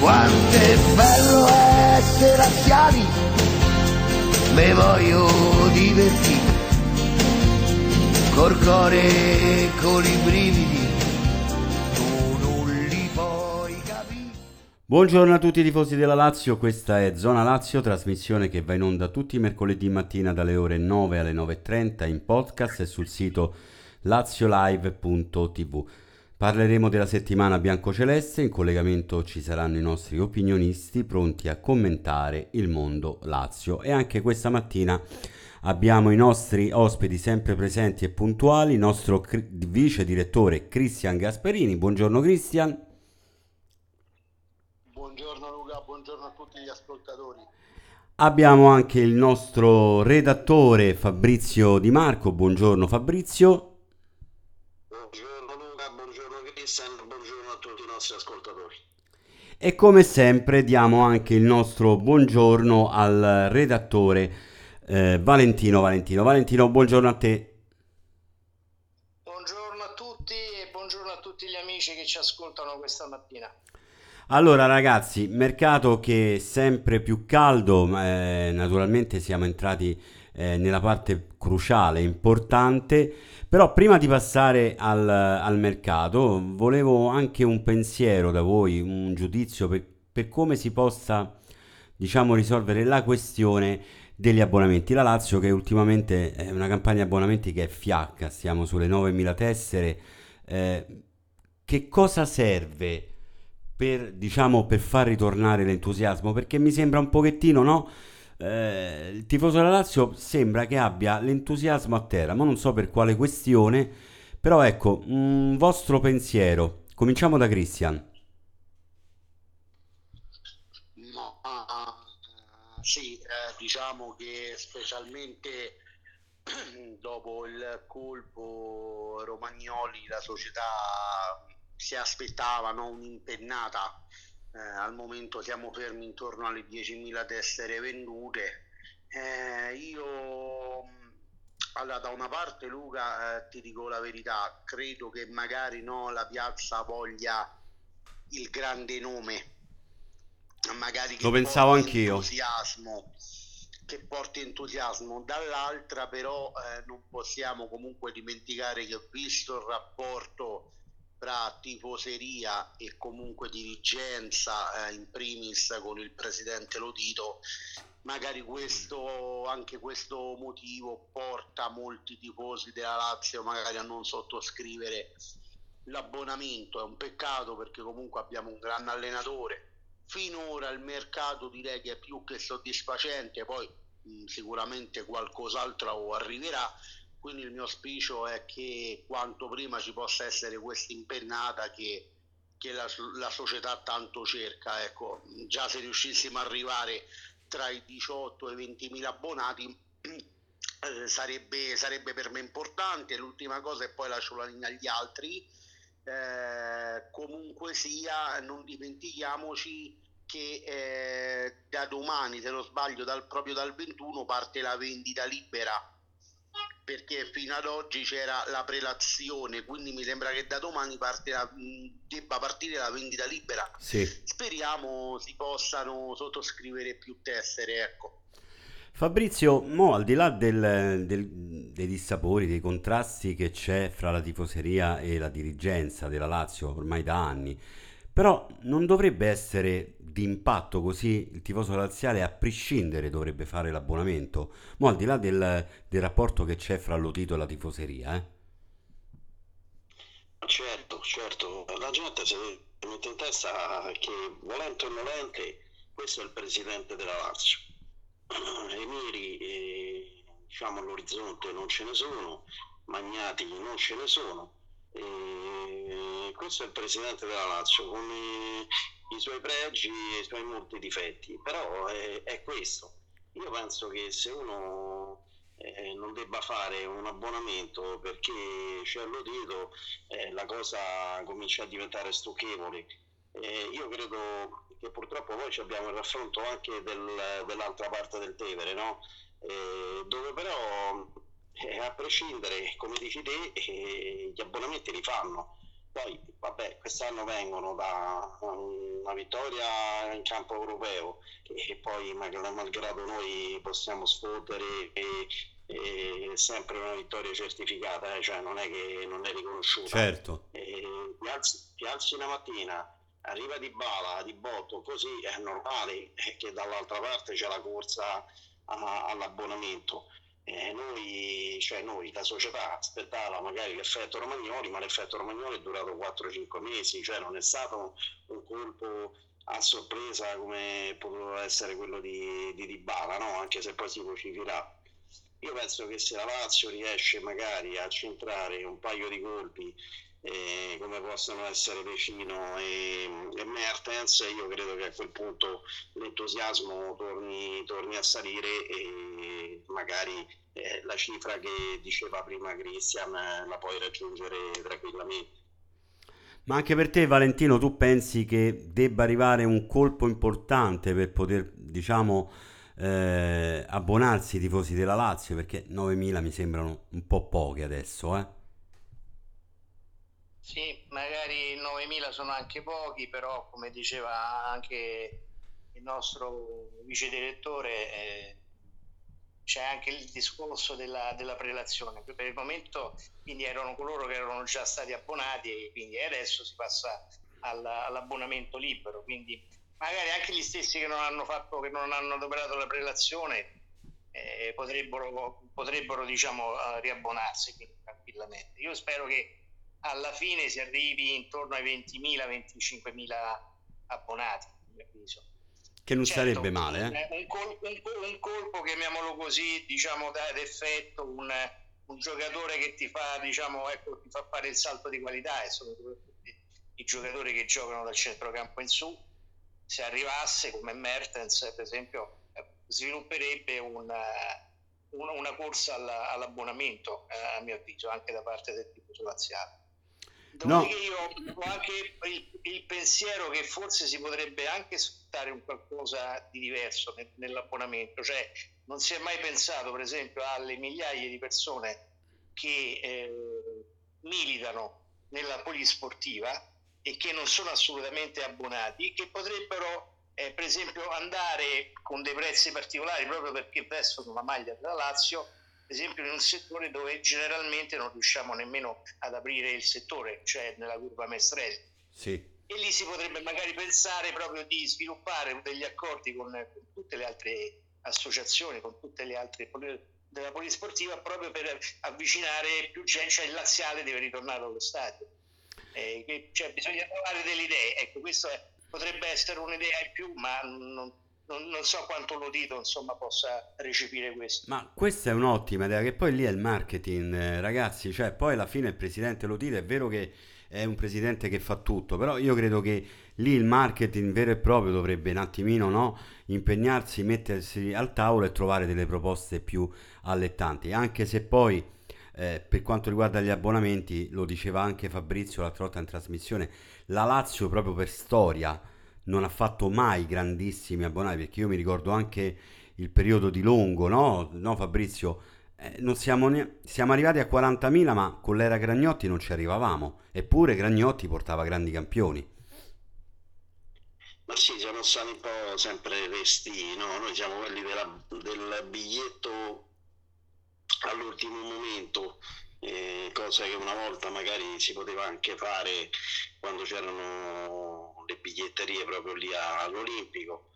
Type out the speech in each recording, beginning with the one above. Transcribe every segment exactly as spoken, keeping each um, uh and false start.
Quanto è bello essere anziani, me voglio divertire, col cuore e con i brividi, tu non li puoi capire. Buongiorno a tutti i tifosi della Lazio, questa è Zona Lazio, trasmissione che va in onda tutti i mercoledì mattina dalle ore nove alle nove e trenta in podcast e sul sito laziolive punto tv. Parleremo della settimana biancoceleste, in collegamento ci saranno i nostri opinionisti pronti a commentare il mondo Lazio e anche questa mattina abbiamo i nostri ospiti sempre presenti e puntuali, il nostro cri- vice direttore Cristian Gasperini. Buongiorno Cristian. Buongiorno Luca, buongiorno a tutti gli ascoltatori. Abbiamo anche il nostro redattore Fabrizio Di Marco. Buongiorno Fabrizio. Buongiorno Luca, buongiorno Cristian, buongiorno a tutti i nostri ascoltatori. E come sempre diamo anche il nostro buongiorno al redattore eh, Valentino Valentino. Valentino, buongiorno a te. Buongiorno a tutti e buongiorno a tutti gli amici che ci ascoltano questa mattina. Allora ragazzi, mercato che è sempre più caldo, eh, naturalmente siamo entrati eh, nella parte cruciale, importante, però prima di passare al, al mercato volevo anche un pensiero da voi, un giudizio per, per come si possa, diciamo, risolvere la questione degli abbonamenti. La Lazio che ultimamente è una campagna di abbonamenti che è fiacca, stiamo sulle novemila tessere, eh, che cosa serve per, diciamo, per far ritornare l'entusiasmo? Perché mi sembra un pochettino, no? Eh, il tifoso della Lazio sembra che abbia l'entusiasmo a terra, ma non so per quale questione, però ecco, un vostro pensiero. Cominciamo da Cristian. No, ah, sì, eh, diciamo che specialmente dopo il colpo Romagnoli la società si aspettava, no, un'impennata. Eh, al momento siamo fermi intorno alle diecimila tessere vendute. Eh, io allora, da una parte Luca, eh, ti dico la verità, credo che magari no, la piazza voglia il grande nome, magari che Lo pensavo porti anch'io. entusiasmo, che porti entusiasmo. Dall'altra però eh, non possiamo comunque dimenticare che visto il rapporto tra tifoseria e comunque dirigenza, eh, in primis con il presidente Lotito, magari questo, anche questo motivo porta molti tifosi della Lazio magari a non sottoscrivere l'abbonamento. È un peccato perché comunque abbiamo un gran allenatore. Finora il mercato direi che è più che soddisfacente, poi mh, sicuramente qualcos'altro arriverà. Quindi il mio auspicio è che quanto prima ci possa essere questa impennata che, che la, la società tanto cerca. Ecco, già se riuscissimo ad arrivare tra i diciotto e i ventimila abbonati eh, sarebbe, sarebbe per me importante. L'ultima cosa, e poi lascio la linea agli altri, eh, comunque sia, non dimentichiamoci che eh, da domani, se non sbaglio, dal, proprio dal ventuno parte la vendita libera, perché fino ad oggi c'era la prelazione, quindi mi sembra che da domani parte la, debba partire la vendita libera. Sì. Speriamo si possano sottoscrivere più tessere, ecco. Fabrizio, mo, al di là del, del, dei dissapori, dei contrasti che c'è fra la tifoseria e la dirigenza della Lazio ormai da anni, però non dovrebbe essere di impatto così il tifoso laziale a prescindere dovrebbe fare l'abbonamento, mo, al di là del, del rapporto che c'è fra Lotito e la tifoseria, eh? Certo, certo, la gente si mette in testa che volente o nolente questo è il presidente della Lazio. I neri, eh, diciamo, all'orizzonte non ce ne sono, magnati non ce ne sono. E questo è il presidente della Lazio con i, i suoi pregi e i suoi molti difetti, però è, è questo. Io penso che se uno eh, non debba fare un abbonamento perché c'è Lotito, eh, la cosa comincia a diventare stucchevole. Eh, io credo che purtroppo poi abbiamo il raffronto anche del, dell'altra parte del Tevere, no? Eh, dove però eh, a prescindere, come dici te, eh, gli abbonamenti li fanno. Poi vabbè, quest'anno vengono da um, una vittoria in campo europeo e poi magari, malgrado noi possiamo sfottere e, e è sempre una vittoria certificata, eh? Cioè non è che non è riconosciuta. Certo. E ti alzi, ti alzi una mattina, arriva di bala, di botto, così è normale che dall'altra parte c'è la corsa a, all'abbonamento. Eh, noi, cioè noi, la società aspettava magari l'effetto Romagnoli, ma l'effetto Romagnoli è durato quattro cinque mesi, cioè non è stato un colpo a sorpresa come poteva essere quello di, di Dybala, no? Anche se poi si vocifera. Io penso che se la Lazio riesce magari a centrare un paio di colpi eh, come possono essere Vecino e, e Mertens, io credo che a quel punto l'entusiasmo torni, torni a salire e magari eh, la cifra che diceva prima Christian eh, la puoi raggiungere tranquillamente. Ma anche per te, Valentino, tu pensi che debba arrivare un colpo importante per poter, diciamo, eh, abbonarsi i tifosi della Lazio? Perché novemila mi sembrano un po' pochi adesso, eh? Sì, magari novemila sono anche pochi, però come diceva anche il nostro vice direttore, eh, c'è anche il discorso della, della prelazione. Per il momento quindi erano coloro che erano già stati abbonati e quindi adesso si passa alla, all'abbonamento libero, quindi magari anche gli stessi che non hanno fatto, che non hanno adoperato la prelazione eh, potrebbero, potrebbero diciamo riabbonarsi quindi, tranquillamente. Io spero che alla fine si arrivi intorno ai ventimila venticinquemila abbonati, a mio avviso. Che non certo, sarebbe male, eh? Un colpo, un, un colpo, chiamiamolo così, diciamo, da effetto, un, un giocatore che ti fa, diciamo, ecco, ti fa fare il salto di qualità, e soprattutto i giocatori che giocano dal centrocampo in su, se arrivasse come Mertens, per esempio, svilupperebbe una, una, una corsa alla, all'abbonamento, eh, a mio avviso, anche da parte del tifoso laziale. Dopodiché no. Io ho anche il, il pensiero che forse si potrebbe anche sfruttare un qualcosa di diverso nel, nell'abbonamento, cioè non si è mai pensato per esempio alle migliaia di persone che eh, militano nella polisportiva e che non sono assolutamente abbonati, che potrebbero eh, per esempio andare con dei prezzi particolari proprio perché vestono la maglia della Lazio, per esempio in un settore dove generalmente non riusciamo nemmeno ad aprire il settore, cioè nella curva Mestrelli. Sì. E lì si potrebbe magari pensare proprio di sviluppare degli accordi con, con tutte le altre associazioni, con tutte le altre della polisportiva, proprio per avvicinare più gente, cioè il laziale deve ritornare allo stadio. Eh, che, cioè bisogna trovare delle idee, ecco, questo è, potrebbe essere un'idea in più, ma non Non, non so quanto l'udito insomma possa recepire questo. Ma questa è un'ottima idea, che poi lì è il marketing, eh, ragazzi, cioè poi alla fine il presidente Lotito è vero che è un presidente che fa tutto, però io credo che lì il marketing vero e proprio dovrebbe un attimino, no, impegnarsi, mettersi al tavolo e trovare delle proposte più allettanti, anche se poi eh, per quanto riguarda gli abbonamenti, lo diceva anche Fabrizio l'altra volta in trasmissione, la Lazio proprio per storia non ha fatto mai grandissimi abbonati, perché io mi ricordo anche il periodo di Longo, no, no Fabrizio? Eh, non siamo, ne- siamo arrivati a quarantamila, ma con l'era Gragnotti non ci arrivavamo, eppure Gragnotti portava grandi campioni. Ma sì, siamo stati un po' sempre resti, no? Noi siamo quelli della, del biglietto all'ultimo momento, eh, cosa che una volta magari si poteva anche fare quando c'erano le biglietterie proprio lì all'Olimpico,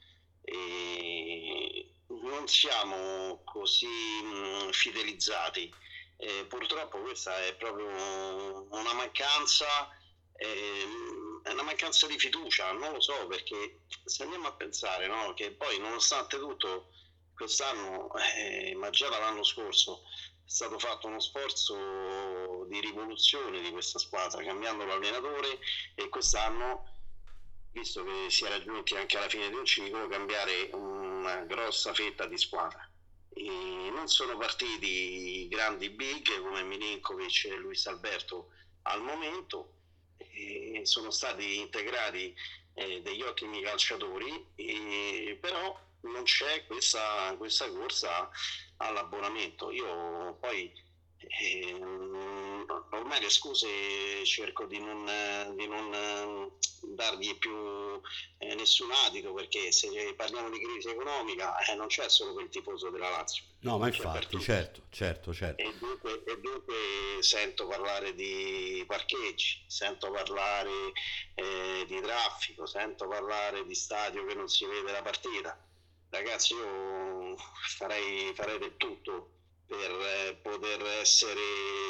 e non siamo così mh, fidelizzati, eh, purtroppo questa è proprio una mancanza, eh, è una mancanza di fiducia, non lo so, perché se andiamo a pensare, no, che poi nonostante tutto quest'anno, eh, ma già dall'anno scorso è stato fatto uno sforzo di rivoluzione di questa squadra cambiando l'allenatore, e quest'anno, visto che si era giunti anche alla fine di un ciclo, cambiare una grossa fetta di squadra. E non sono partiti grandi big come Milinkovic e Luis Alberto al momento, e sono stati integrati eh, degli ottimi calciatori, e però non c'è questa, questa corsa all'abbonamento. Io poi eh, ormai le scuse cerco di non, di non eh, dargli più eh, nessun adito, perché se parliamo di crisi economica eh, non c'è solo quel tifoso della Lazio, No, ma c'è per infatti, tutti. certo, certo, certo. E dunque, e dunque sento parlare di parcheggi, sento parlare eh, di traffico, sento parlare di stadio che non si vede la partita. Ragazzi, io farei, farei del tutto per eh, poter essere,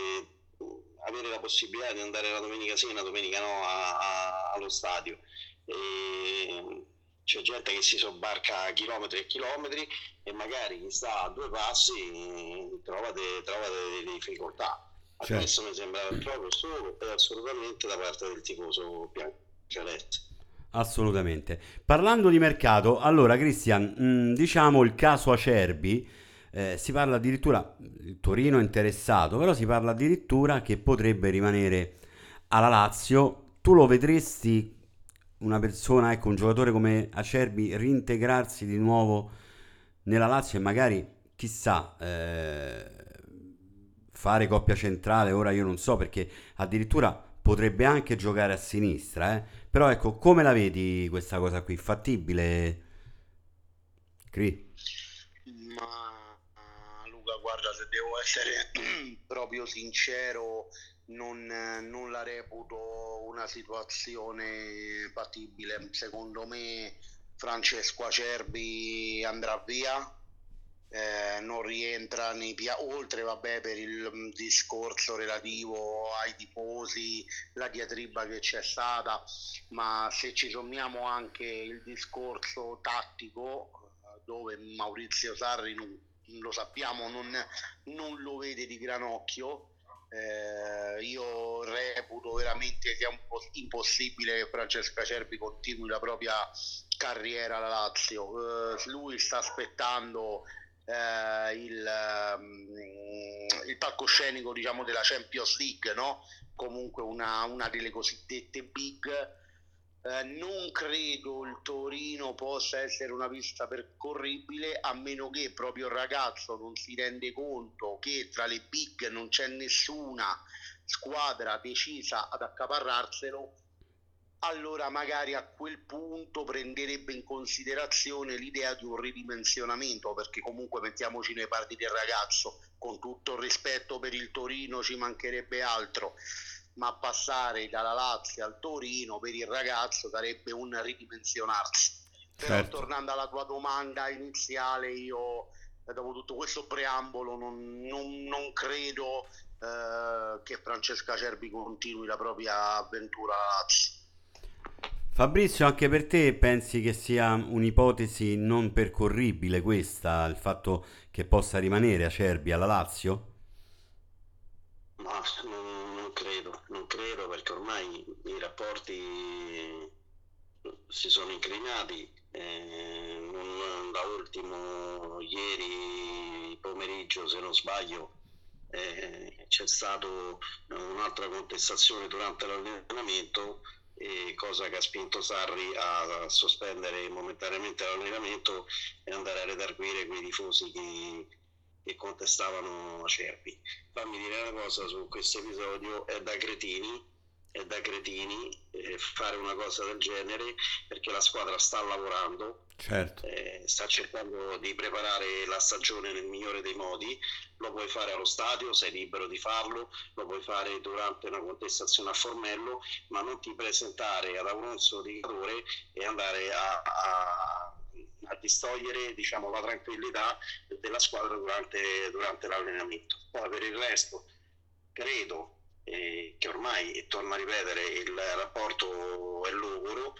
avere la possibilità di andare la domenica sì e la domenica no a- a- allo stadio. E c'è gente che si sobbarca chilometri e chilometri e magari chi sta a due passi trova, de, trova delle difficoltà. Ma Certo. questo mi sembra proprio solo e assolutamente da parte del tifoso biancoceleste. Assolutamente. Parlando di mercato, allora Cristian, mh, diciamo il caso Acerbi, eh, si parla addirittura, il Torino è interessato, però si parla addirittura che potrebbe rimanere alla Lazio. Tu lo vedresti una persona, ecco, un giocatore come Acerbi reintegrarsi di nuovo nella Lazio e magari, chissà, eh, fare coppia centrale? Ora io non so perché addirittura potrebbe anche giocare a sinistra, eh? Però ecco, come la vedi questa cosa qui? Fattibile? Cri? Ma Luca, guarda, se devo essere proprio sincero, non, non la reputo una situazione fattibile. Secondo me Francesco Acerbi andrà via, eh, non rientra nei pia- oltre, vabbè, per il mm, discorso relativo ai tifosi, la diatriba che c'è stata, ma se ci sommiamo anche il discorso tattico, eh, dove Maurizio Sarri non, lo sappiamo, non, non lo vede di gran occhio. Eh, io reputo veramente sia un po' impossibile che Francesco Acerbi continui la propria carriera alla Lazio. Eh, lui sta aspettando eh, il, um, il palcoscenico, diciamo, della Champions League, no? Comunque una, una delle cosiddette big. Eh, non credo il Torino possa essere una pista percorribile, a meno che proprio il ragazzo non si rende conto che tra le big non c'è nessuna squadra decisa ad accaparrarselo. Allora magari a quel punto prenderebbe in considerazione l'idea di un ridimensionamento, perché comunque mettiamoci nei panni del ragazzo, con tutto il rispetto per il Torino, ci mancherebbe altro, ma passare dalla Lazio al Torino per il ragazzo sarebbe un ridimensionarsi. Però Certo. tornando alla tua domanda iniziale, io eh, dopo tutto questo preambolo non, non, non credo eh, che Francesco Acerbi continui la propria avventura alla Lazio. Fabrizio, anche per te pensi che sia un'ipotesi non percorribile questa, il fatto che possa rimanere Acerbi alla Lazio? Ma non, non credo, non credo perché ormai i rapporti si sono incrinati. Eh, non, da ultimo ieri pomeriggio, se non sbaglio, eh, c'è stata un'altra contestazione durante l'allenamento, e cosa che ha spinto Sarri a sospendere momentaneamente l'allenamento e andare a redarguire quei tifosi che, che contestavano Acerbi. Fammi dire una cosa su questo episodio: è da cretini, è da cretini eh, fare una cosa del genere, perché la squadra sta lavorando, Certo. eh, sta cercando di preparare la stagione nel migliore dei modi. Lo puoi fare allo stadio, sei libero di farlo, lo puoi fare durante una contestazione a Formello, ma non ti presentare ad Auronzo di Cadore e andare a, a, a distogliere, diciamo, la tranquillità della squadra durante, durante l'allenamento. Poi per il resto credo eh, che ormai, e torno a ripetere, il rapporto è logoro,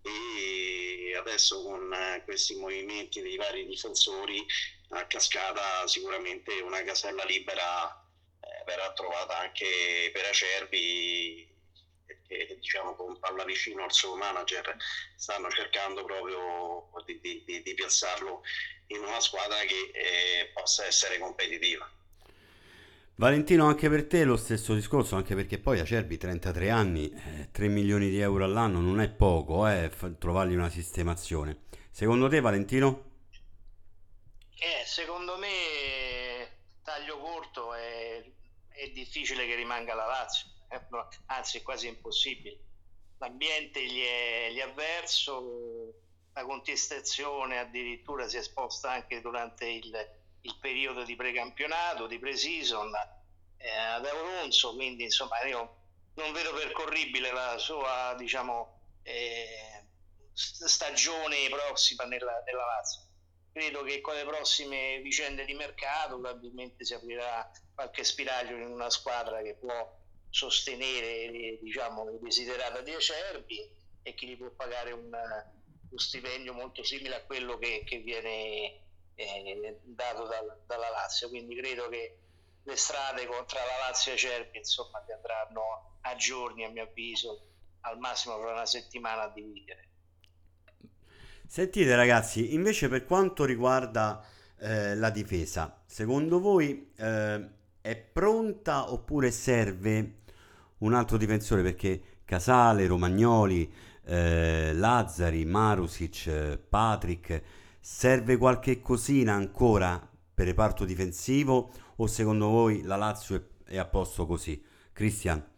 e adesso con eh, questi movimenti dei vari difensori a cascata sicuramente una casella libera eh, verrà trovata anche per Acerbi, che diciamo con palla vicino al suo manager stanno cercando proprio di, di, di piazzarlo in una squadra che eh, possa essere competitiva. Valentino, anche per te lo stesso discorso, anche perché poi Acerbi trentatré anni, eh, tre milioni di euro all'anno non è poco, eh, f- trovargli una sistemazione. Secondo te, Valentino? Eh, secondo me taglio corto è, è difficile che rimanga la Lazio, eh, no, anzi è quasi impossibile. L'ambiente gli è, gli è avverso, la contestazione addirittura si è esposta anche durante il, il periodo di precampionato, di pre-season eh, ad Auronzo, quindi insomma io non vedo percorribile la sua, diciamo, eh, stagione prossima nella, nella Lazio. Credo che con le prossime vicende di mercato probabilmente si aprirà qualche spiraglio in una squadra che può sostenere, diciamo, le desiderata di Acerbi e che gli può pagare un, uno stipendio molto simile a quello che, che viene eh, dato dal, dalla Lazio. Quindi credo che le strade tra la Lazio e Acerbi insomma si andranno a giorni, a mio avviso, al massimo fra una settimana a dividere. Sentite ragazzi, invece per quanto riguarda eh, la difesa, secondo voi eh, è pronta oppure serve un altro difensore? Perché Casale, Romagnoli, eh, Lazzari, Marusic, eh, Patrick, serve qualche cosina ancora per reparto difensivo o secondo voi la Lazio è, è a posto così? Cristian?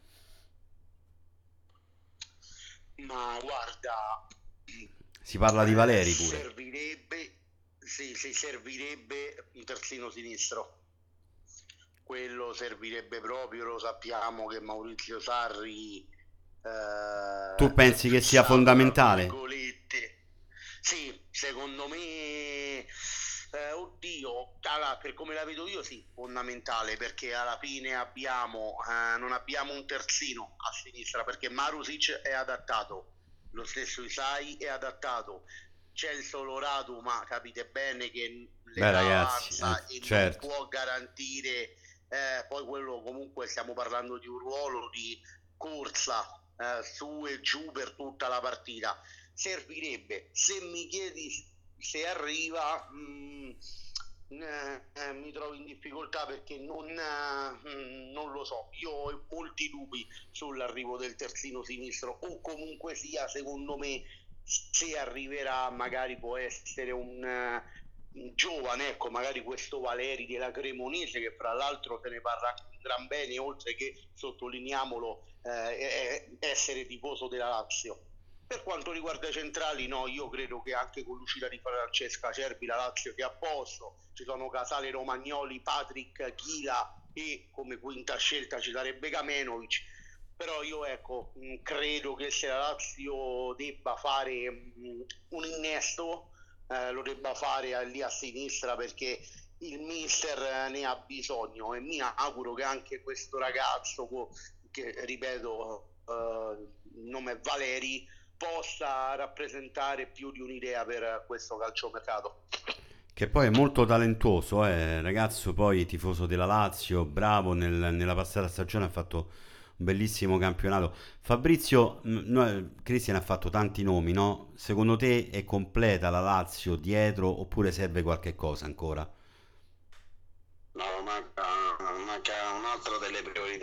Ma guarda, Si parla di eh, Valeri pure. servirebbe, sì, sì, servirebbe un terzino sinistro. Quello servirebbe proprio, lo sappiamo che Maurizio Sarri eh, Tu pensi che sia sa, fondamentale? tra virgolette. Sì, secondo me, eh, oddio, allora, per come la vedo io sì, fondamentale, perché alla fine abbiamo, eh, non abbiamo un terzino a sinistra, perché Marusic è adattato, lo stesso Isai è adattato, c'è il Solorato, ma capite bene che Beh l'età ragazzi, avanza eh, e certo. non può garantire, eh, poi quello comunque stiamo parlando di un ruolo di corsa eh, su e giù per tutta la partita. Servirebbe, se mi chiedi se arriva, mh, eh, eh, mi trovo in difficoltà perché non, eh, non lo so, io ho molti dubbi sull'arrivo del terzino sinistro, o comunque sia, secondo me se arriverà magari può essere un, uh, un giovane, ecco, magari questo Valeri della Cremonese, che fra l'altro se ne parla in gran bene, oltre che, sottolineiamolo, eh, essere tifoso della Lazio. Per quanto riguarda i centrali, no, io credo che anche con l'uscita di Francesca Acerbi la Lazio sia a posto. Ci sono Casale, Romagnoli, Patrick, Chila e come quinta scelta ci sarebbe Kamenovic. Però io ecco, credo che se la Lazio debba fare un innesto, eh, lo debba fare lì a sinistra, perché il mister ne ha bisogno, e mi auguro che anche questo ragazzo, che ripeto, eh, il nome è Valeri, possa rappresentare più di un'idea per questo calciomercato. Che poi è molto talentuoso, eh, ragazzo, poi tifoso della Lazio, bravo, nel, nella passata stagione ha fatto un bellissimo campionato. Fabrizio, no, Cristian ha fatto tanti nomi, no? Secondo te è completa la Lazio dietro oppure serve qualche cosa ancora? No, manca, manca un'altra delle priorità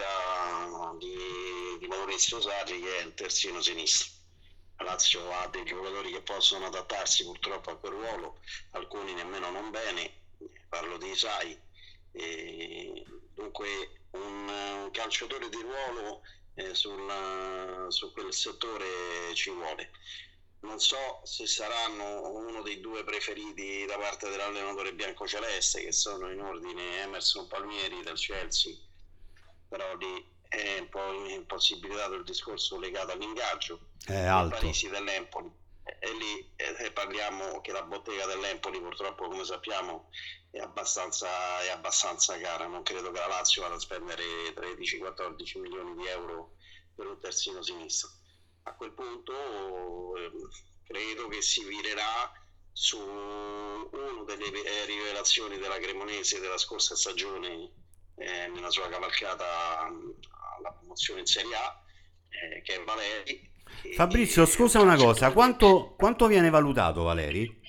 di, di Maurizio Sarri, che è il terzino sinistro. La Lazio ha dei giocatori che possono adattarsi purtroppo a quel ruolo, alcuni nemmeno non bene, parlo di Isai, e dunque un, un calciatore di ruolo eh, sul, su quel settore ci vuole. Non so se saranno uno dei due preferiti da parte dell'allenatore biancoceleste, che sono in ordine Emerson Palmieri del Chelsea, però lì è un po' impossibilitato il discorso legato all'ingaggio, è alto. Parisi dell'Empoli, e lì eh, parliamo che la bottega dell'Empoli purtroppo, come sappiamo, è abbastanza, è abbastanza cara. Non credo che la Lazio vada a spendere tredici quattordici milioni di euro per un terzino sinistro. A quel punto eh, credo che si virerà su una delle rivelazioni della Cremonese della scorsa stagione, eh, nella sua cavalcata alla promozione in Serie A, eh, che è Valeri. Fabrizio, scusa una cosa, quanto, quanto viene valutato Valeri?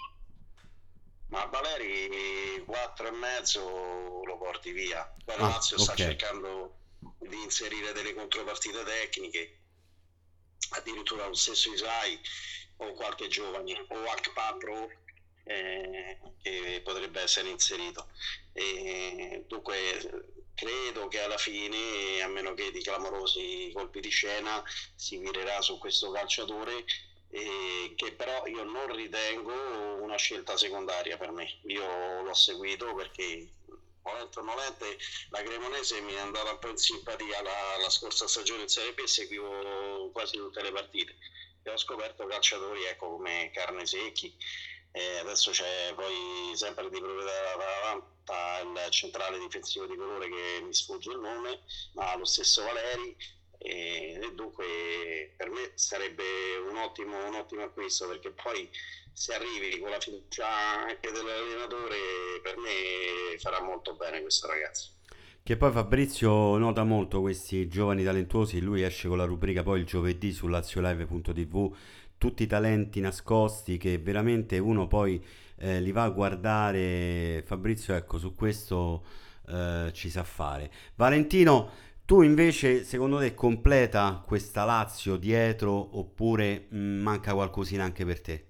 Ma Valeri quattro e mezzo lo porti via. Poi Ah, la Lazio sta ok. cercando di inserire delle contropartite tecniche, addirittura lo stesso Isai o qualche giovane o Akpapro, eh, che potrebbe essere inserito. E dunque credo che alla fine, a meno che di clamorosi colpi di scena, si virerà su questo calciatore, eh, che però io non ritengo una scelta secondaria per me. Io l'ho seguito perché volente o nolente la Cremonese mi è andata un po' in simpatia la, la scorsa stagione in Serie B, e seguivo quasi tutte le partite e ho scoperto calciatori, ecco, come Carnesecchi. Eh, adesso c'è poi sempre di proprietà dell'Atalanta il centrale difensivo di colore che mi sfugge il nome, ma lo stesso Valeri, e, e dunque per me sarebbe un ottimo, un ottimo acquisto, perché poi se arrivi con la fiducia anche dell'allenatore, per me farà molto bene questo ragazzo. Che poi Fabrizio nota molto questi giovani talentuosi, lui esce con la rubrica poi il giovedì su laziolive punto tv, tutti i talenti nascosti che veramente uno poi eh, li va a guardare. Fabrizio, ecco, su questo eh, ci sa fare. Valentino, tu invece secondo te completa questa Lazio dietro, oppure mh, manca qualcosina anche per te?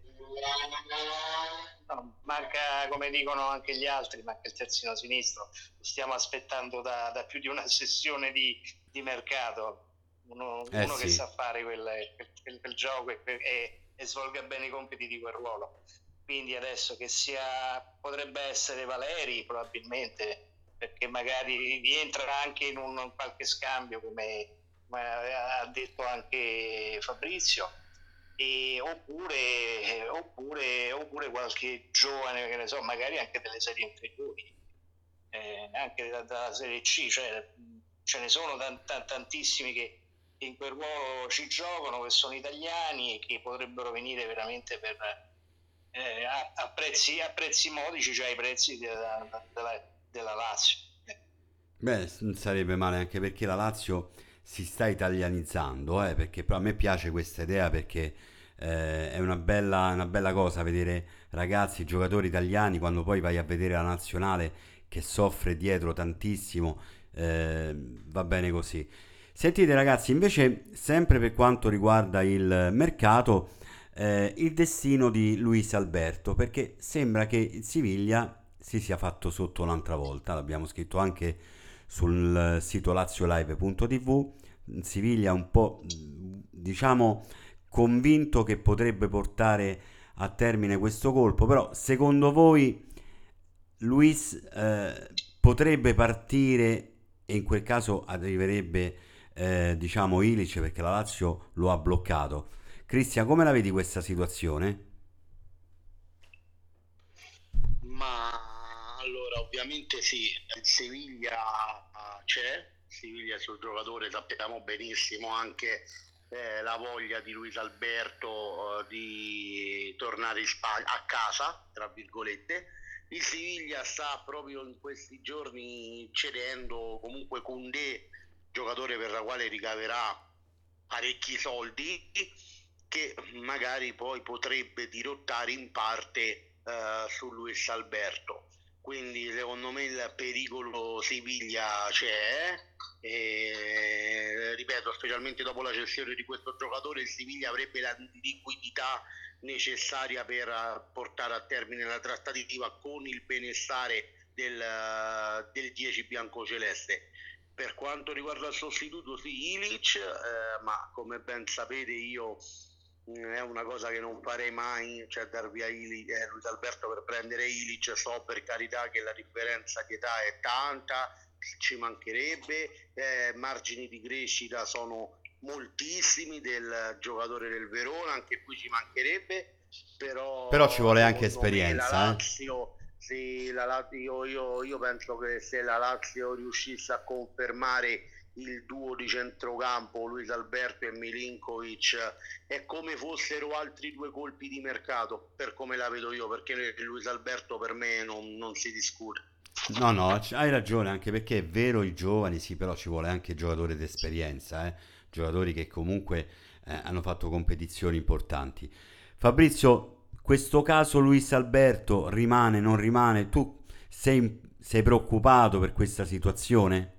No, manca, come dicono anche gli altri, manca il terzino sinistro. Lo stiamo aspettando da, da più di una sessione di, di mercato. Uno, Eh uno sì. che sa fare quel, quel, quel gioco e, e, e svolga bene i compiti di quel ruolo. Quindi adesso che sia, potrebbe essere Valeri probabilmente, perché magari rientra anche in un, un qualche scambio, come, come ha detto anche Fabrizio. E oppure, oppure, oppure qualche giovane, che ne so, magari anche delle serie inferiori, eh, anche da, dalla Serie C, cioè ce ne sono tant- tant- tantissimi che in quel ruolo ci giocano, che sono italiani e che potrebbero venire veramente per, eh, a, a, prezzi, a prezzi modici, cioè ai prezzi della, della, della Lazio. Beh, non sarebbe male, anche perché la Lazio si sta italianizzando, eh, perché però a me piace questa idea, perché eh, è una bella, una bella cosa vedere ragazzi, giocatori italiani, quando poi vai a vedere la nazionale che soffre dietro tantissimo, eh, va bene così. Sentite ragazzi, invece sempre per quanto riguarda il mercato, eh, il destino di Luis Alberto, perché sembra che il Siviglia si sia fatto sotto un'altra volta, l'abbiamo scritto anche sul sito laziolive punto tv. Siviglia un po', diciamo, convinto che potrebbe portare a termine questo colpo, però secondo voi Luis eh, potrebbe partire e in quel caso arriverebbe eh, diciamo Ilic, perché la Lazio lo ha bloccato. Cristian, come la vedi questa situazione? Ma allora, ovviamente sì, il Siviglia c'è, Siviglia sul giocatore, sappiamo benissimo anche eh, la voglia di Luis Alberto eh, di tornare in Spagna, a casa, tra virgolette. Il Siviglia sta proprio in questi giorni cedendo comunque Koundé, giocatore per la quale ricaverà parecchi soldi, che magari poi potrebbe dirottare in parte uh, su Luis Alberto. Quindi secondo me il pericolo Siviglia c'è, e, ripeto, specialmente dopo la cessione di questo giocatore il Siviglia avrebbe la liquidità necessaria per portare a termine la trattativa con il benestare del, del dieci biancoceleste. Per quanto riguarda il sostituto, sì, Ilic, eh, ma come ben sapete io mh, è una cosa che non farei mai, cioè dar via Ilic, eh, Luis Alberto per prendere Ilic. So per carità che la differenza di età è tanta, ci mancherebbe, eh, margini di crescita sono moltissimi del giocatore del Verona, anche qui ci mancherebbe, però, Però ci vuole anche secondo me esperienza, la eh. Lazio, sì, la Lazio, io, io penso che se la Lazio riuscisse a confermare il duo di centrocampo Luis Alberto e Milinkovic, è come fossero altri due colpi di mercato, per come la vedo io, perché Luis Alberto per me non, non si discute. No, no, c- hai ragione, anche perché è vero i giovani, sì, però ci vuole anche giocatori d'esperienza, eh? Giocatori che comunque eh, hanno fatto competizioni importanti. Fabrizio, questo caso Luis Alberto rimane, non rimane? Tu sei, sei preoccupato per questa situazione?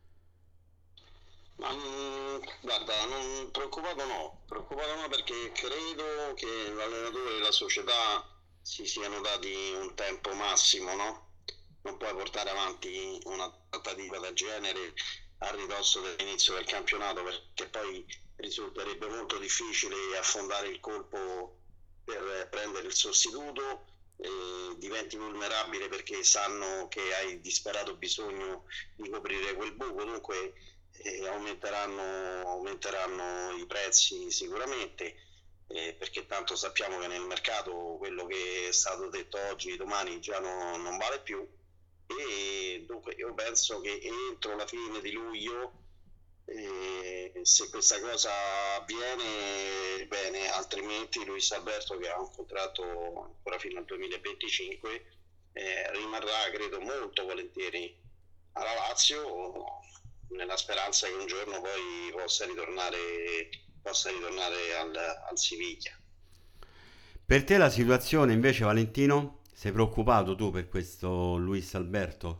Ma mm, guarda, non, preoccupato no, preoccupato no, perché credo che l'allenatore e la società si siano dati un tempo massimo, no? non puoi portare avanti una trattativa del genere a ridosso dell'inizio del campionato, perché poi risulterebbe molto difficile affondare il colpo per prendere il sostituto, eh, diventi vulnerabile perché sanno che hai disperato bisogno di coprire quel buco, dunque eh, aumenteranno, aumenteranno i prezzi sicuramente, eh, perché tanto sappiamo che nel mercato quello che è stato detto oggi domani già no, non vale più, e dunque io penso che entro la fine di luglio, e se questa cosa avviene bene, altrimenti Luis Alberto, che ha un contratto ancora fino al duemilaventicinque, eh, rimarrà credo molto volentieri alla Lazio, nella speranza che un giorno poi possa ritornare, possa ritornare al, al Siviglia. Per te la situazione invece, Valentino? Sei preoccupato tu per questo Luis Alberto?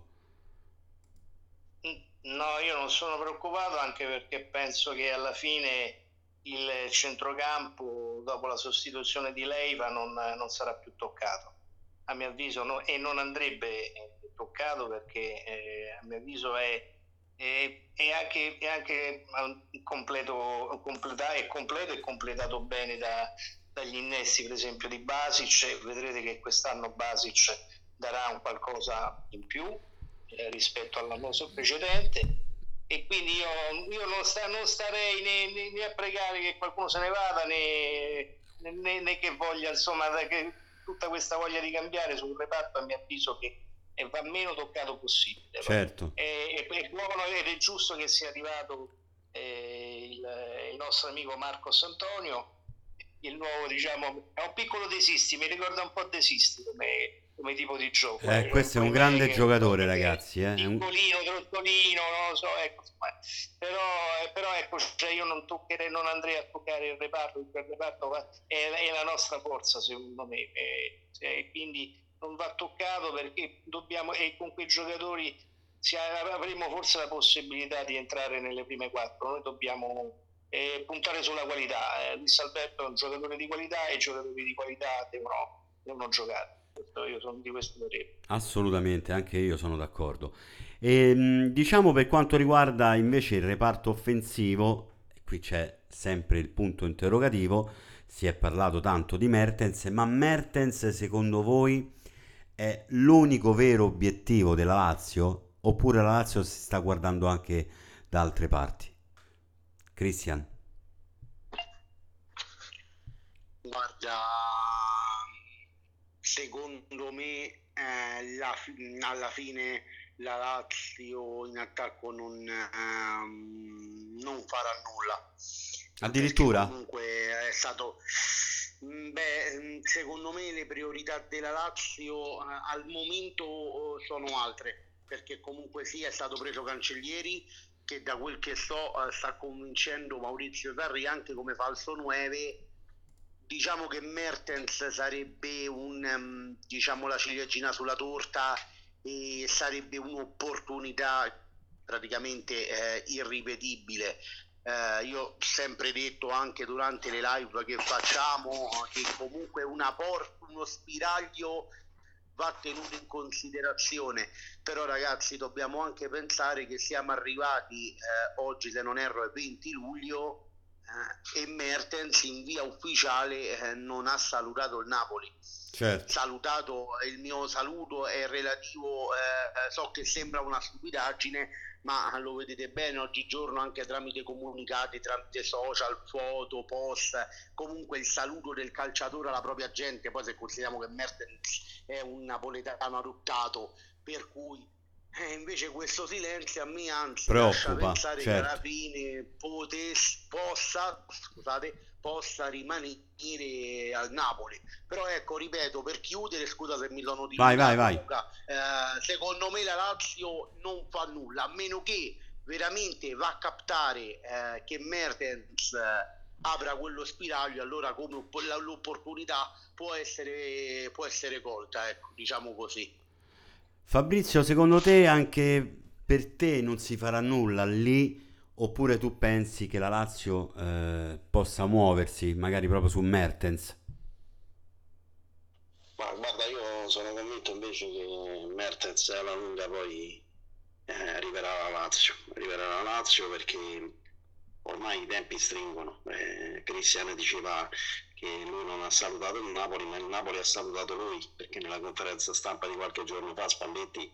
No, io non sono preoccupato, anche perché penso che alla fine il centrocampo, dopo la sostituzione di Leiva, non, non sarà più toccato, a mio avviso, no, e non andrebbe toccato perché eh, a mio avviso è, è, è anche, è anche completo, completa, è completo e completato bene da, dagli innesti, per esempio, di Basic. Vedrete che quest'anno Basic darà un qualcosa in più eh, rispetto all'anno precedente, e quindi io, io non, sta, non starei né, né, né a pregare che qualcuno se ne vada, né, né, né che voglia, insomma, che tutta questa voglia di cambiare sul reparto, a mio avviso, che e va meno toccato possibile. Certo. È, è buono ed è giusto che sia arrivato eh, il, il nostro amico Marcos Antonio, il nuovo, diciamo, è un piccolo De Sisti, mi ricorda un po' De Sisti come, come tipo di gioco. Eh, eh, questo è un grande giocatore, ragazzi. Eh. Piccolino, trottolino, non lo so, ecco, però, però ecco, cioè io non toccherei, non andrei a toccare il reparto, il reparto è, è la nostra forza, secondo me, e, cioè, quindi non va toccato, perché dobbiamo, e con quei giocatori si, avremo forse la possibilità di entrare nelle prime quattro. Noi dobbiamo eh, puntare sulla qualità. eh, Luis Alberto è un giocatore di qualità e i giocatori di qualità devono, devono giocare. Io sono di questo parere. Assolutamente, anche io sono d'accordo. E, diciamo, per quanto riguarda invece il reparto offensivo, qui c'è sempre il punto interrogativo. Si è parlato tanto di Mertens, ma Mertens secondo voi è l'unico vero obiettivo della Lazio, oppure la Lazio si sta guardando anche da altre parti? Christian? Guarda, secondo me eh, la, alla fine la Lazio in attacco non, ehm, non farà nulla. Addirittura? Perché comunque è stato... Beh, secondo me le priorità della Lazio eh, al momento sono altre, perché comunque sì, è stato preso Cancellieri, che da quel che so eh, sta convincendo Maurizio Sarri anche come falso nove. Diciamo che Mertens sarebbe un, um, diciamo, la ciliegina sulla torta, e sarebbe un'opportunità praticamente eh, irripetibile. Eh, io ho sempre detto anche durante le live che facciamo che comunque una por- uno spiraglio va tenuto in considerazione, però ragazzi dobbiamo anche pensare che siamo arrivati eh, oggi, se non erro, il venti luglio eh, e Mertens in via ufficiale eh, non ha salutato il Napoli. Certo. Salutato, il mio saluto è relativo, eh, so che sembra una stupidaggine, ma lo vedete bene oggigiorno anche tramite comunicati, tramite social, foto, post, comunque il saluto del calciatore alla propria gente. Poi se consideriamo che Mertens è un napoletano adottato, per cui eh, invece questo silenzio a me anzi lascia preoccupa, pensare certo, che alla fine potes, possa, scusate, possa rimanere al Napoli. Però ecco, ripeto, per chiudere, scusa se mi sono vai, vai, vai. eh, secondo me la Lazio non fa nulla, a meno che veramente va a captare eh, che Mertens eh, apra quello spiraglio, allora come l'opportunità può essere, può essere colta, ecco, diciamo così. Fabrizio, secondo te anche per te non si farà nulla lì, oppure tu pensi che la Lazio eh, possa muoversi magari proprio su Mertens? Ma guarda, io sono convinto invece che Mertens alla lunga poi eh, arriverà alla Lazio, arriverà alla Lazio perché ormai i tempi stringono. Eh, Cristian diceva che lui non ha salutato il Napoli, ma il Napoli ha salutato lui, perché nella conferenza stampa di qualche giorno fa Spalletti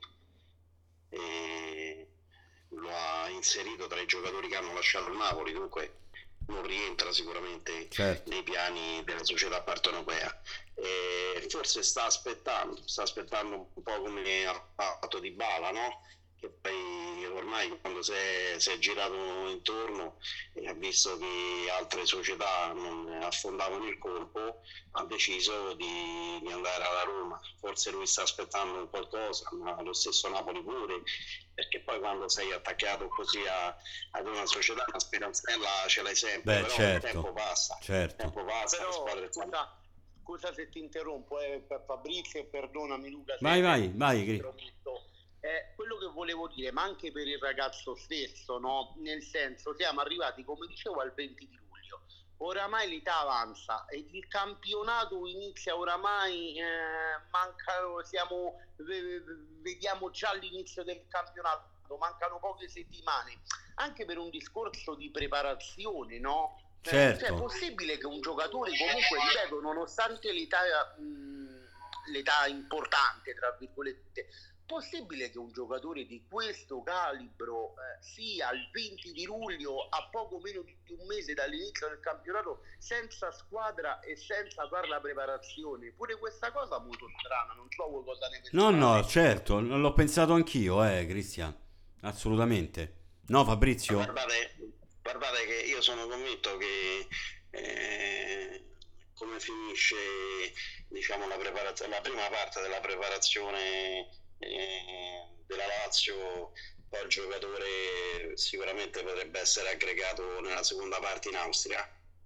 eh, lo ha inserito tra i giocatori che hanno lasciato il Napoli, dunque non rientra sicuramente certo. nei piani della società partenopea. E forse sta aspettando, sta aspettando un po' come ha fatto Dybala, no? Che poi ormai quando si è, si è girato intorno e ha visto che altre società non affondavano il colpo, ha deciso di, di andare alla Roma. Forse lui sta aspettando qualcosa, ma lo stesso Napoli pure, perché poi quando sei attaccato così a, ad una società, una speranzella ce l'hai sempre. Beh, però certo, il tempo passa, certo. il tempo passa, Però, le squadre scusa, scusa se ti interrompo, eh, per Fabrizio, e perdonami Luca. se- Vai, vai, vai, Gri. intrometto. Eh, quello che volevo dire, ma anche per il ragazzo stesso, no? Nel senso, siamo arrivati, come dicevo, al venti di luglio. Oramai l'età avanza e il campionato inizia oramai, eh, mancano, siamo, ve- vediamo già l'inizio del campionato, mancano poche settimane, anche per un discorso di preparazione, no? Eh, cioè, è Certo, possibile che un giocatore, comunque, ripeto, nonostante l'età, mh, l'età importante, tra virgolette, possibile che un giocatore di questo calibro eh, sia il venti di luglio, a poco meno di un mese dall'inizio del campionato, senza squadra e senza fare la preparazione? Pure questa cosa è molto strana, non so voi cosa ne no, no, pensate. certo, l'ho pensato anch'io, eh, Cristian, assolutamente. No, Fabrizio? Guardate, guardate che io sono convinto che eh, come finisce, diciamo, la preparazione, la prima parte della preparazione eh, della Lazio, poi il giocatore sicuramente potrebbe essere aggregato nella seconda parte in Austria,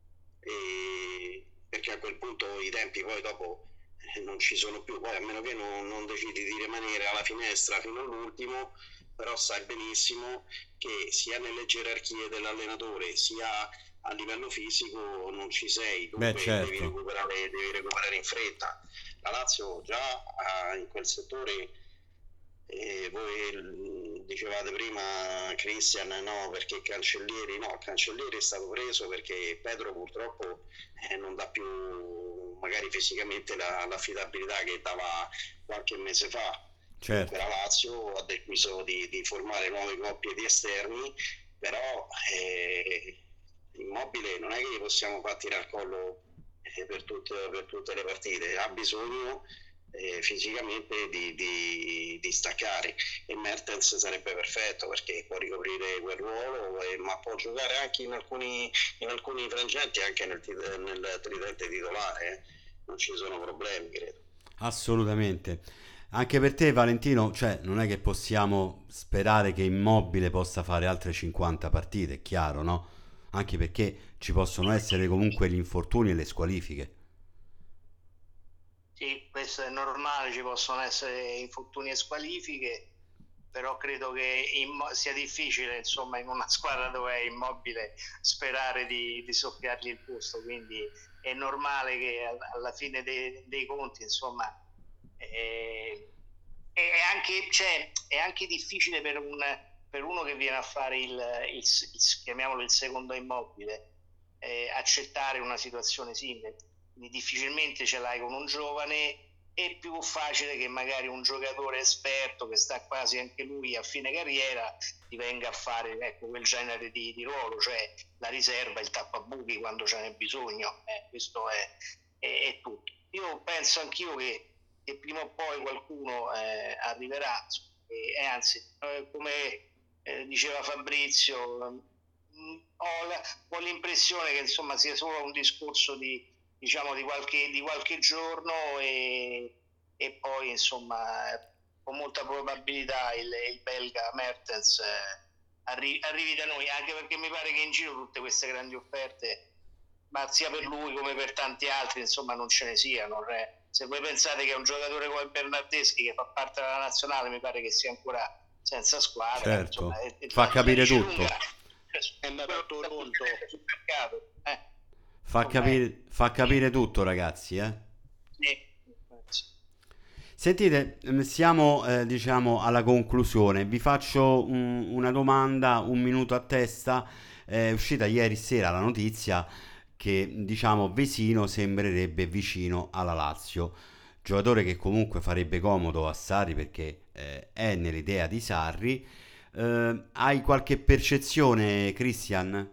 e perché a quel punto i tempi poi dopo eh, non ci sono più, poi a meno che non, non decidi di rimanere alla finestra fino all'ultimo, però sai benissimo che sia nelle gerarchie dell'allenatore sia a livello fisico non ci sei, Beh, dunque certo. devi recuperare, devi recuperare in fretta. La Lazio già ha in quel settore, eh, voi l- dicevate prima Christian, no, perché Cancellieri, no, Cancellieri è stato preso perché Pedro purtroppo eh, non dà più magari fisicamente la, l'affidabilità che dava qualche mese fa. Certo, La Lazio ha deciso di, di formare nuove coppie di esterni, però eh, Immobile non è che gli possiamo far tirare al collo eh, per, tutte, per tutte le partite, ha bisogno eh, fisicamente di, di, di staccare, e Mertens sarebbe perfetto perché può ricoprire quel ruolo, eh, ma può giocare anche in alcuni, in alcuni frangenti, anche nel, nel tridente titolare, eh. Non ci sono problemi, credo. assolutamente. Anche per te, Valentino, cioè, non è che possiamo sperare che Immobile possa fare altre cinquanta partite, è chiaro, no? Anche perché ci possono essere comunque gli infortuni e le squalifiche. Sì, questo è normale, ci possono essere infortuni e squalifiche, però credo che immo- sia difficile, insomma, in una squadra dove è Immobile sperare di, di soffiargli il posto, quindi è normale che al- alla fine dei, dei conti, insomma, eh, è anche, cioè, è anche difficile per, un, per uno che viene a fare il, il, il- chiamiamolo il secondo Immobile, eh, accettare una situazione simile. Quindi difficilmente ce l'hai con un giovane, è più facile che magari un giocatore esperto che sta quasi anche lui a fine carriera ti venga a fare, ecco, quel genere di, di ruolo, cioè la riserva, il tappabuchi quando ce n'è bisogno. Eh, questo è, è, è tutto. Io penso anch'io che, che prima o poi qualcuno eh, arriverà, e, e anzi, eh, come eh, diceva Fabrizio, mh, ho, la, ho l'impressione che insomma sia solo un discorso di, diciamo, di qualche, di qualche giorno, e, e poi insomma con molta probabilità il, il belga Mertens eh, arri- arrivi da noi, anche perché mi pare che in giro tutte queste grandi offerte, ma sia per lui come per tanti altri, insomma, non ce ne siano. Eh. Se voi pensate che un giocatore come Bernardeschi, che fa parte della nazionale, mi pare che sia ancora senza squadra, Certo, insomma, è, è fa capire dice tutto. lunga. È andato a Toronto. Sul mercato, eh. Fa Insomma, capire, fa capire tutto, ragazzi, eh? sì. Senti, Sentite, ehm, siamo eh, diciamo alla conclusione. Vi faccio un- una domanda, un minuto a testa. È uscita ieri sera la notizia che diciamo Vesino sembrerebbe vicino alla Lazio, giocatore che comunque farebbe comodo a Sarri perché eh, è nell'idea di Sarri. Eh, hai qualche percezione, Christian?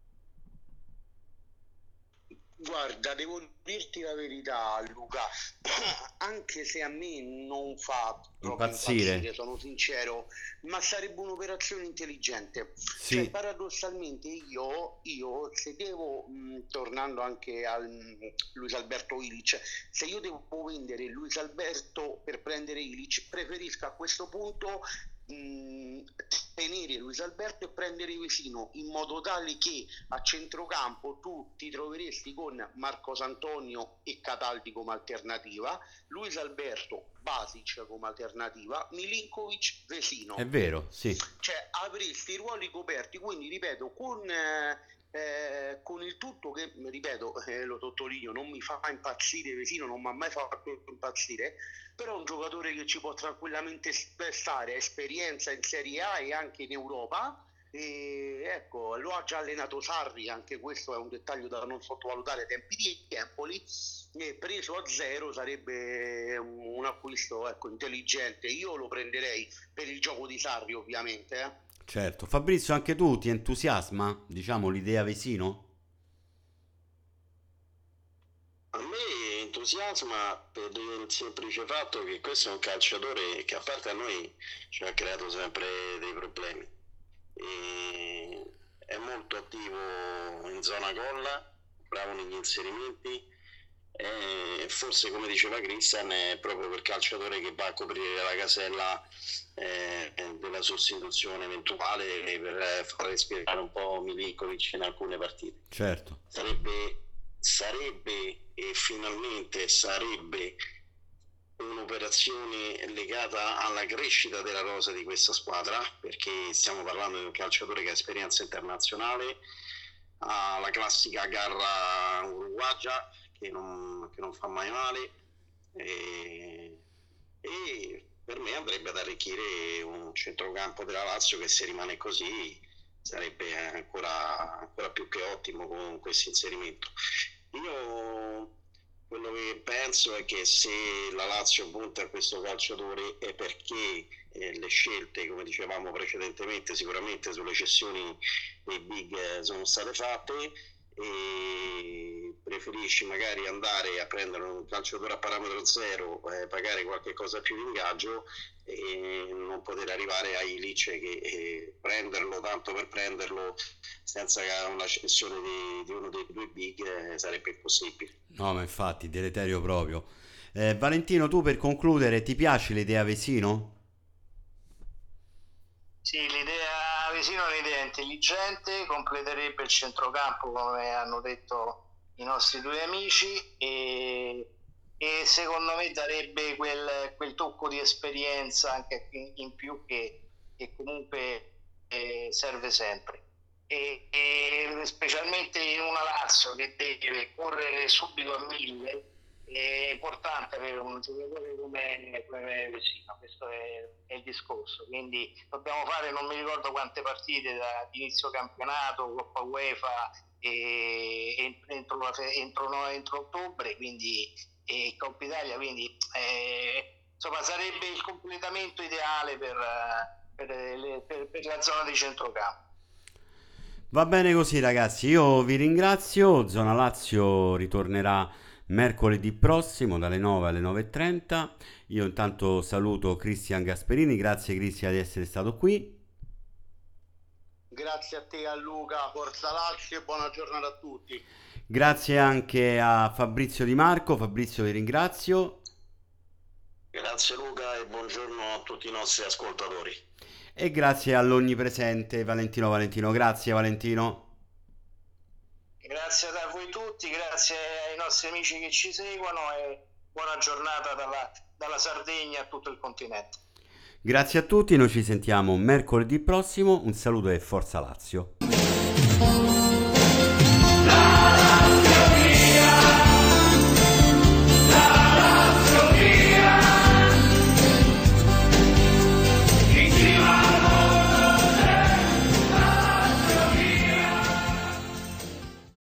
Guarda, devo dirti la verità, Luca, anche se a me non fa proprio Impazzire? impazzire, sono sincero, ma sarebbe un'operazione intelligente. Cioè, Sì, paradossalmente io, io se devo, mh, tornando anche al mh, Luis Alberto Ilic, se io devo vendere Luis Alberto per prendere Ilic, preferisco a questo punto mh, tenere Luis Alberto e prendere Vesino, in modo tale che a centrocampo tu ti troveresti con Marcos Antonio e Cataldi come alternativa, Luis Alberto, Basic come alternativa, Milinkovic, è Vesino. vero, sì, Cioè avresti i ruoli coperti, quindi ripeto, con, eh, eh, con il tutto che, ripeto, eh, lo sottolineo, non mi fa impazzire Vesino, non mi ha mai fatto impazzire, però è un giocatore che ci può tranquillamente stare, esperienza in Serie A e anche in Europa. E ecco, lo ha già allenato Sarri, anche questo è un dettaglio da non sottovalutare ai tempi di Empoli, e preso a zero sarebbe un, un acquisto, ecco, intelligente. Io lo prenderei per il gioco di Sarri, ovviamente, eh. certo. Fabrizio, anche tu ti entusiasma, diciamo, l'idea Vesino? A me entusiasma per il semplice fatto che questo è un calciatore che a parte a noi ci ha creato sempre dei problemi. E è molto attivo in zona colla, bravo negli inserimenti e forse come diceva Christian è proprio quel calciatore che va a coprire la casella eh, della sostituzione eventuale per far respirare un po' Milinkovic in alcune partite. Certo. Sarebbe, sarebbe e finalmente sarebbe un'operazione legata alla crescita della rosa di questa squadra, perché stiamo parlando di un calciatore che ha esperienza internazionale, ha la classica garra uruguagia che non, che non fa mai male e, e per me andrebbe ad arricchire un centrocampo della Lazio che, se rimane così, sarebbe ancora, ancora più che ottimo con questo inserimento. Io quello che penso è che se la Lazio punta a questo calciatore è perché eh, le scelte, come dicevamo precedentemente, sicuramente sulle cessioni dei big eh, sono state fatte, e preferisci magari andare a prendere un calciatore a parametro zero, eh, pagare qualche cosa più di ingaggio e non poter arrivare a Ilic che eh, prenderlo tanto per prenderlo senza una cessione di, di uno dei due big eh, sarebbe impossibile. No, ma infatti, deleterio proprio. Eh, Valentino, tu per concludere, ti piace l'idea Vesino? Sì, l'idea Vesino è un'idea intelligente, completerebbe il centrocampo come hanno detto i nostri due amici e, e secondo me darebbe quel, quel tocco di esperienza anche in, in più che, che comunque eh, serve sempre. E, e specialmente in una Lazio che deve correre subito a mille è importante avere un giocatore come, come Vesino, questo è, è il discorso, quindi dobbiamo fare non mi ricordo quante partite da inizio campionato, Coppa UEFA e, entro, la, entro, no, entro ottobre, quindi e Coppa Italia, quindi eh, insomma sarebbe il completamento ideale per, per, le, per, per la zona di centrocampo. Va bene così ragazzi, io vi ringrazio, Zona Lazio ritornerà mercoledì prossimo dalle nove alle nove e trenta. Io intanto saluto Christian Gasperini, grazie Christian di essere stato qui. Grazie a te, a Luca, Forza Lazio e buona giornata a tutti. Grazie anche a Fabrizio Di Marco, Fabrizio vi ringrazio. Grazie Luca e buongiorno a tutti i nostri ascoltatori. E grazie all'onnipresente Valentino Valentino, grazie Valentino. Grazie a voi tutti, grazie ai nostri amici che ci seguono e buona giornata dalla, dalla Sardegna a tutto il continente. Grazie a tutti, noi ci sentiamo mercoledì prossimo, un saluto e Forza Lazio.